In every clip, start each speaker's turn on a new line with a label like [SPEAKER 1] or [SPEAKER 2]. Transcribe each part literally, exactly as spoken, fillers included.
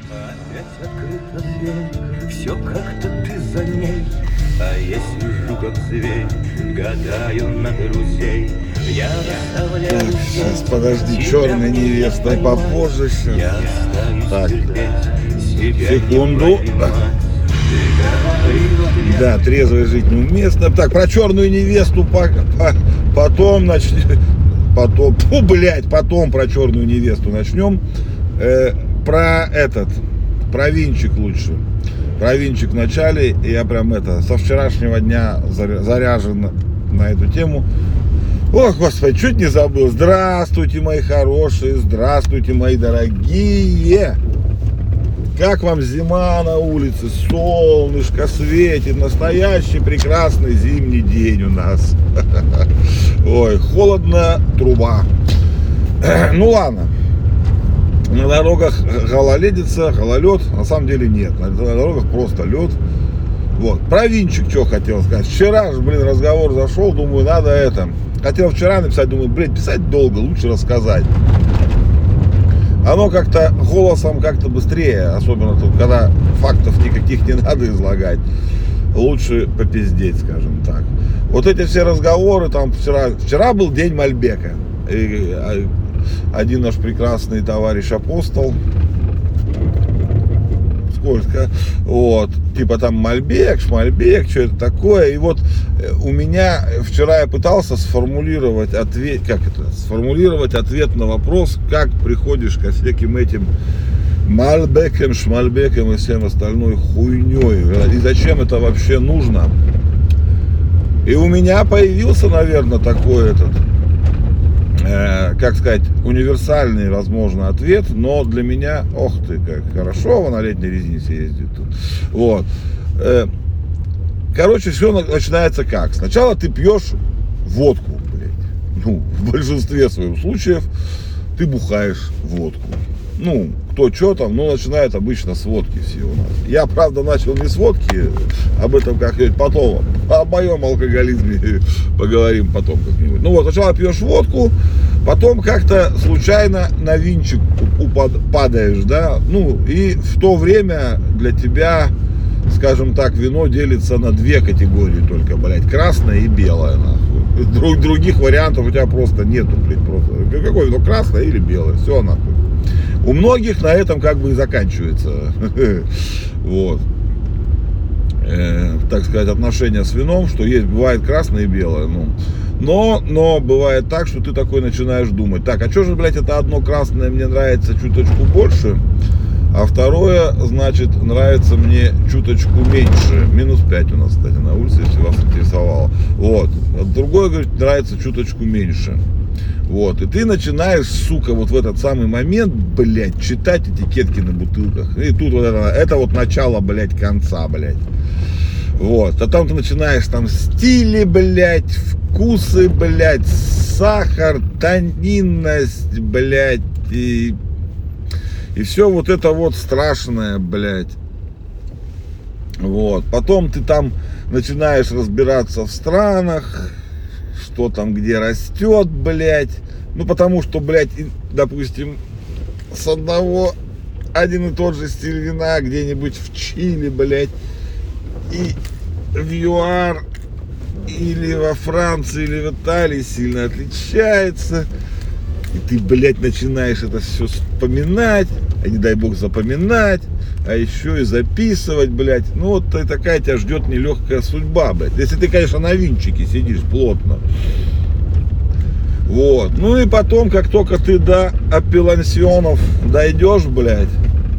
[SPEAKER 1] Опять открыта дверь, все как-то ты за ней, а я сижу как зверь, гадаю на друзей. Я
[SPEAKER 2] Так, сейчас, подожди, черной невестой попозже сейчас.
[SPEAKER 1] Я
[SPEAKER 2] Так,
[SPEAKER 1] себя
[SPEAKER 2] секунду. Да, трезвой жить неуместно. Так, про черную невесту по, по, потом начнем. Потом, фу, блядь, потом про черную невесту начнем. Э, про этот, про винчик лучше. Про винчик в начале. Я прям это, со вчерашнего дня заряжен на эту тему. Ох, господи, чуть не забыл. Здравствуйте, мои хорошие, здравствуйте, мои дорогие. Как вам зима на улице? Солнышко светит. Настоящий прекрасный зимний день у нас. Ой, холодно, труба. Ну ладно. На дорогах гололедица, гололед. На самом деле нет. На дорогах просто лед. Вот. Про винчик что хотел сказать. Вчера же, блин, разговор зашел. Думаю, надо это. Хотел вчера написать. Думаю, блин, писать долго. Лучше рассказать. Оно как-то голосом как-то быстрее, особенно тут, когда фактов никаких не надо излагать, лучше попиздеть, скажем так. Вот эти все разговоры, там вчера, вчера был день Мальбека, и один наш прекрасный товарищ апостол, сколько, вот, типа там Мальбек, Шмальбек, что это такое, и вот у меня вчера я пытался сформулировать ответ, как это, сформулировать ответ на вопрос, как приходишь ко всяким этим Мальбекам, Шмальбекам и всем остальной хуйней, и зачем это вообще нужно. И у меня появился, наверное, такой этот, э, как сказать, универсальный, возможно, ответ, но для меня, ох ты, как хорошо, на летней резине ездит тут. Вот. Э, короче, все начинается как? Сначала ты пьешь водку, блядь. Ну, в большинстве своих случаев ты бухаешь водку. Ну, кто что там, но начинает обычно с водки все у нас. Я, правда, начал не с водки, об этом как-нибудь потом, о моем алкоголизме поговорим потом как-нибудь. Ну вот, сначала пьешь водку, потом как-то случайно на винчик упад, падаешь, да, ну, и в то время для тебя, скажем так, вино делится на две категории только, блядь, красное и белое, нахуй. Друг, других вариантов у тебя просто нету, блядь, просто. Какое вино, красное или белое, все, нахуй. У многих на этом как бы и заканчивается, вот, э, так сказать, отношения с вином, что есть, бывает красное и белое, ну, но, но бывает так, что ты такой начинаешь думать, так, а что же, блядь, это одно красное мне нравится чуточку больше, а второе, значит, нравится мне чуточку меньше, минус пять у нас, кстати, на улице, если вас интересовало, вот, другое, говорит, нравится чуточку меньше. Вот, и ты начинаешь, сука, вот в этот самый момент, блядь, читать этикетки на бутылках. И тут вот это, это вот начало, блядь, конца, блядь. Вот, а там ты начинаешь там стили, блядь, вкусы, блядь, сахар, тонинность, блядь, и, и все вот это вот страшное, блядь. Вот, потом ты там начинаешь разбираться в странах, что там где растет, блядь. Ну, потому что, блядь, допустим, с одного один и тот же стиль вина где-нибудь в Чили, блядь, и в ЮАР, или во Франции, или в Италии сильно отличается. И ты, блядь, начинаешь это все вспоминать, а не дай бог запоминать, а еще и записывать, блядь. Ну вот и такая тебя ждет нелегкая судьба, блядь. Если ты, конечно, на винчике сидишь плотно. Вот. Ну и потом, как только ты до апелласьонов дойдешь, блядь,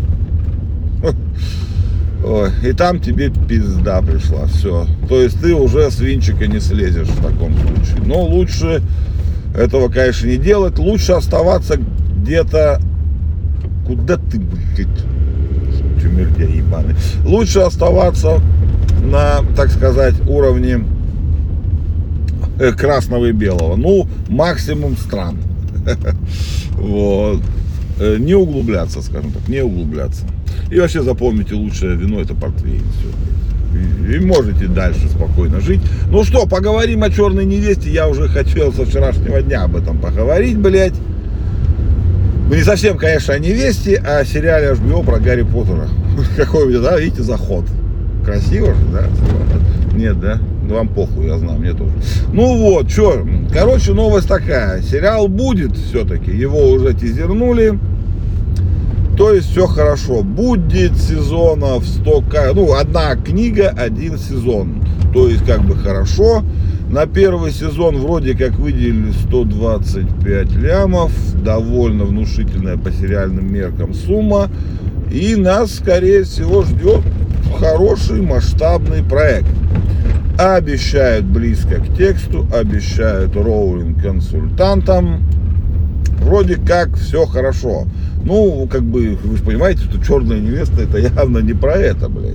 [SPEAKER 2] ой, и там тебе пизда пришла, все. То есть ты уже с винчика не слезешь в таком случае. Но лучше этого, конечно, не делать. Лучше оставаться где-то... Куда ты, блядь, чумердя ебаный. Лучше оставаться на, так сказать, уровне красного и белого. Ну, максимум стран. Вот. Не углубляться, скажем так, не углубляться. И вообще запомните, лучшее вино — это портвейн. Все. И можете дальше спокойно жить. Ну что, поговорим о черной невесте. Я уже хотел со вчерашнего дня об этом поговорить, блядь. Ну, не совсем, конечно, о невесте, а о сериале эйч би о про Гарри Поттера. Какой у меня, да, видите, заход. Красиво же, да? Нет, да? Ну, вам похуй, я знаю, мне тоже. Ну вот, что, короче, новость такая. Сериал будет все-таки, его уже тизернули. То есть все хорошо. Будет сезонов сто, ну, одна книга, один сезон. То есть как бы хорошо. На первый сезон вроде как выделили сто двадцать пять лямов. Довольно внушительная по сериальным меркам сумма. И нас, скорее всего, ждет хороший масштабный проект. Обещают близко к тексту, обещают Роулинг консультантам. Вроде как все хорошо. Ну, как бы, вы же понимаете, что «Черная невеста» это явно не про это, блядь.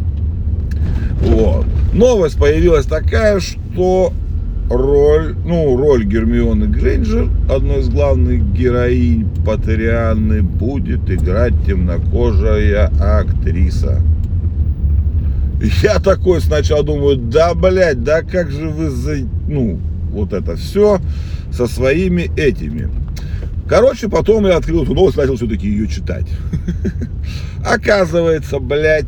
[SPEAKER 2] Вот. Новость появилась такая, что роль, ну, роль Гермионы Грейнджер, одной из главных героинь Поттерианы, будет играть темнокожая актриса. Я такой сначала думаю, да, блядь, да как же вы за... Ну, вот это все со своими этими. Короче, потом я открыл эту новость, начал все-таки ее читать. Оказывается, блядь,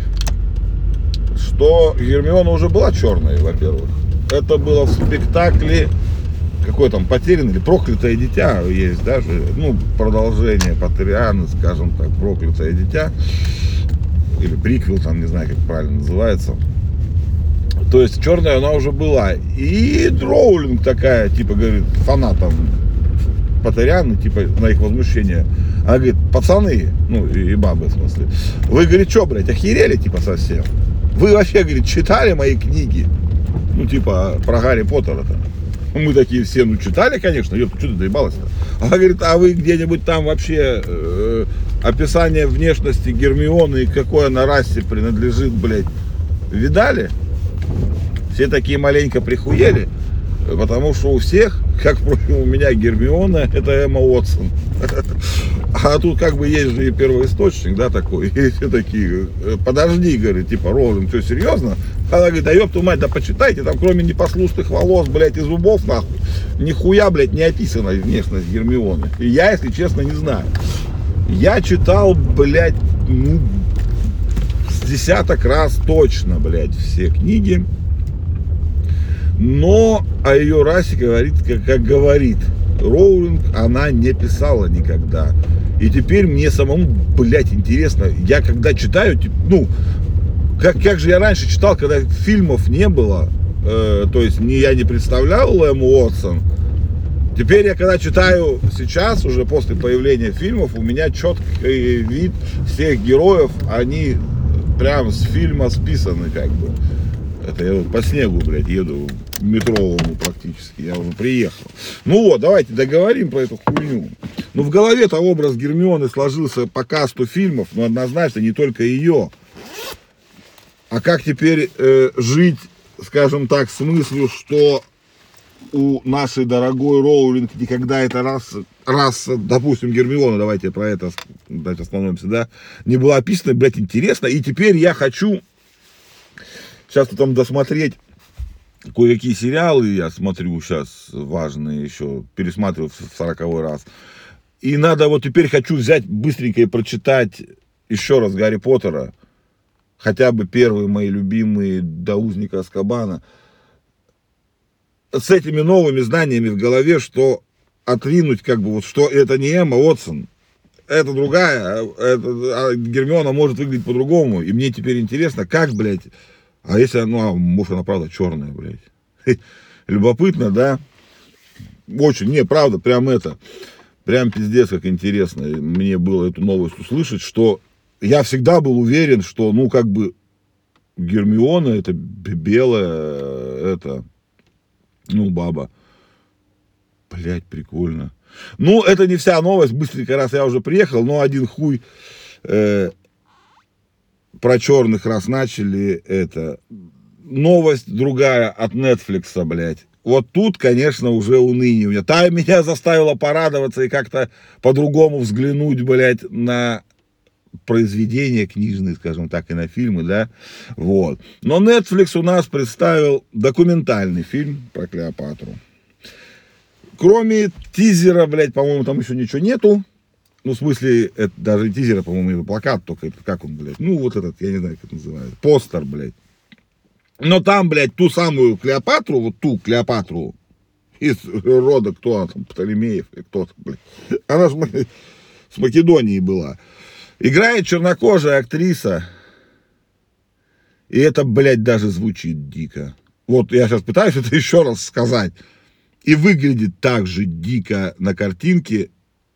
[SPEAKER 2] что Гермиона уже была черной, во-первых. Это было в спектакле, какое там, «Потерянное» или «Проклятое дитя» есть даже, ну, продолжение Поттерианы, скажем так, «Проклятое дитя». Или приквел, там, не знаю, как правильно называется. То есть черная она уже была. И Роулинг такая, типа, говорит, фанатам Поттерианы, типа, на их возмущение. Она говорит, пацаны, ну, и, и бабы, в смысле, вы, говорит, что, блядь, охерели, типа, совсем? Вы вообще, говорит, читали мои книги? Ну, типа, про Гарри Поттера-то. Мы такие все, ну, читали, конечно, ёпта, что ты доебалась-то? Она говорит, а вы где-нибудь там вообще э, описание внешности Гермионы и какой она расе принадлежит, блядь, видали? Все такие маленько прихуели, потому что у всех, как, впрочем, у меня Гермиона, это Эмма Уотсон. А тут как бы есть же и первоисточник, да, такой. И все такие, подожди, говорит, типа, Роулинг, что, серьезно? Она говорит, да ёб твою мать, да почитайте, там кроме непослушных волос, блядь, и зубов, нахуй, нихуя, блядь, не описана внешность Гермионы. И я, если честно, не знаю. Я читал, блядь, ну, с десяток раз точно, блядь, все книги. Но о ее расе говорит, как, как говорит Роулинг, она не писала никогда. И теперь мне самому, блядь, интересно, я когда читаю, ну, как, как же я раньше читал, когда фильмов не было, э, то есть не, я не представлял Эмму Уотсон. Теперь я когда читаю сейчас, уже после появления фильмов, у меня четкий вид всех героев, они прям с фильма списаны, как бы. Это я вот по снегу, блядь, еду метровому практически, я уже приехал. Ну вот, давайте договорим про эту хуйню. Ну, в голове-то образ Гермионы сложился по касту фильмов, но однозначно не только ее. А как теперь э, жить, скажем так, с мыслью, что у нашей дорогой Роулинг никогда эта раса, раса, допустим, Гермиона, давайте про это давайте остановимся, да, не была описана, блядь, интересно. И теперь я хочу сейчас там досмотреть кое-какие сериалы, я смотрю сейчас важные еще, пересматриваю в сороковой раз. И надо вот теперь хочу взять быстренько и прочитать еще раз Гарри Поттера. Хотя бы первые мои любимые «До узника Азкабана». С этими новыми знаниями в голове, что отринуть, как бы, вот, что это не Эмма Уотсон, это другая, это, а Гермиона может выглядеть по-другому. И мне теперь интересно, как, блядь, а если, ну, а, может, она правда черная, блядь. Любопытно, да? Очень, не, правда, прям это, прям пиздец, как интересно мне было эту новость услышать, что я всегда был уверен, что, ну, как бы, Гермиона это белая, это, ну, баба. Блядь, прикольно. Ну, это не вся новость, быстренько, раз я уже приехал, но один хуй э, про черных раз начали, это, новость другая от Netflix, блядь. Вот тут, конечно, уже уныние у меня. Та меня заставила порадоваться и как-то по-другому взглянуть, блядь, на произведения книжные, скажем так, и на фильмы, да, вот. Но Netflix у нас представил документальный фильм про Клеопатру. Кроме тизера, блядь, по-моему, там еще ничего нету. Ну, в смысле, это даже тизера, по-моему, это плакат только, это как он, блядь, ну, вот этот, я не знаю, как это называется, постер, блядь. Но там, блядь, ту самую Клеопатру, вот ту Клеопатру из рода, кто она там, Птолемеев, или кто-то, блядь, она же с Македонии была. Играет чернокожая актриса, и это, блядь, даже звучит дико. Вот я сейчас пытаюсь это еще раз сказать. И выглядит так же дико на картинке,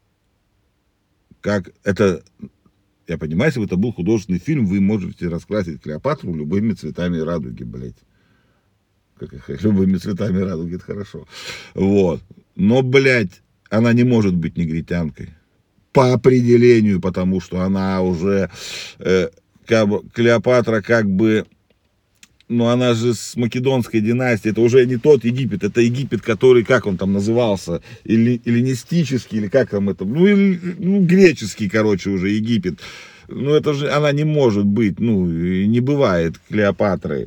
[SPEAKER 2] как это, я понимаю, если бы это был художественный фильм, вы можете раскрасить Клеопатру любыми цветами радуги, блядь. Как их, любыми цветами радуги, это хорошо. Вот. Но, блядь, она не может быть негритянкой. По определению, потому что она уже, э, как бы, Клеопатра как бы, ну она же с македонской династии, это уже не тот Египет, это Египет, который, как он там назывался, или эллинистический, или как там это, ну, или, ну греческий, короче, уже Египет. Ну это же, она не может быть, ну, не бывает Клеопатры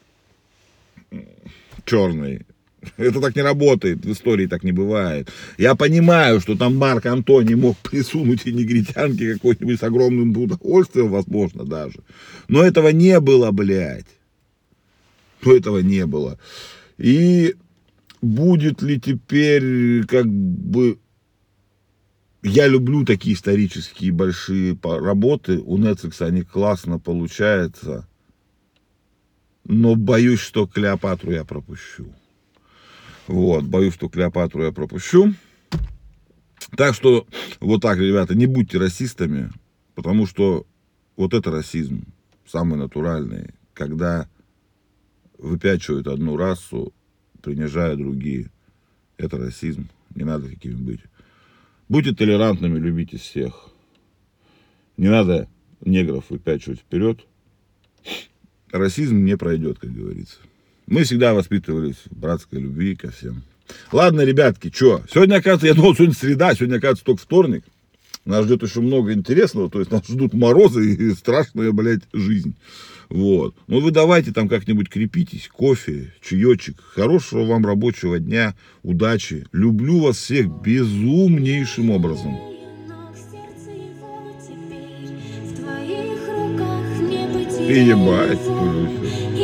[SPEAKER 2] черной. Это так не работает, в истории так не бывает. Я понимаю, что там Марк Антоний мог присунуть и негритянке какой-нибудь с огромным удовольствием, возможно, даже. Но этого не было, блядь. Но этого не было. И будет ли теперь, как бы... Я люблю такие исторические большие работы. У Netflix они классно получаются. Но боюсь, что Клеопатру я пропущу. Вот, боюсь, что Клеопатру я пропущу. Так что, вот так, ребята, не будьте расистами, потому что вот это расизм, самый натуральный, когда выпячивают одну расу, принижая другие. Это расизм, не надо какими быть. Будьте толерантными, любите всех. Не надо негров выпячивать вперед. Расизм не пройдет, как говорится. Мы всегда воспитывались в братской любви ко всем. Ладно, ребятки, что? Сегодня, оказывается, я думал, сегодня среда, сегодня, оказывается, только вторник. Нас ждет еще много интересного, то есть нас ждут морозы и страшная, блядь, жизнь. Вот. Ну вы давайте там как-нибудь крепитесь, кофе, чаечек. Хорошего вам рабочего дня, удачи. Люблю вас всех безумнейшим образом. И ебать,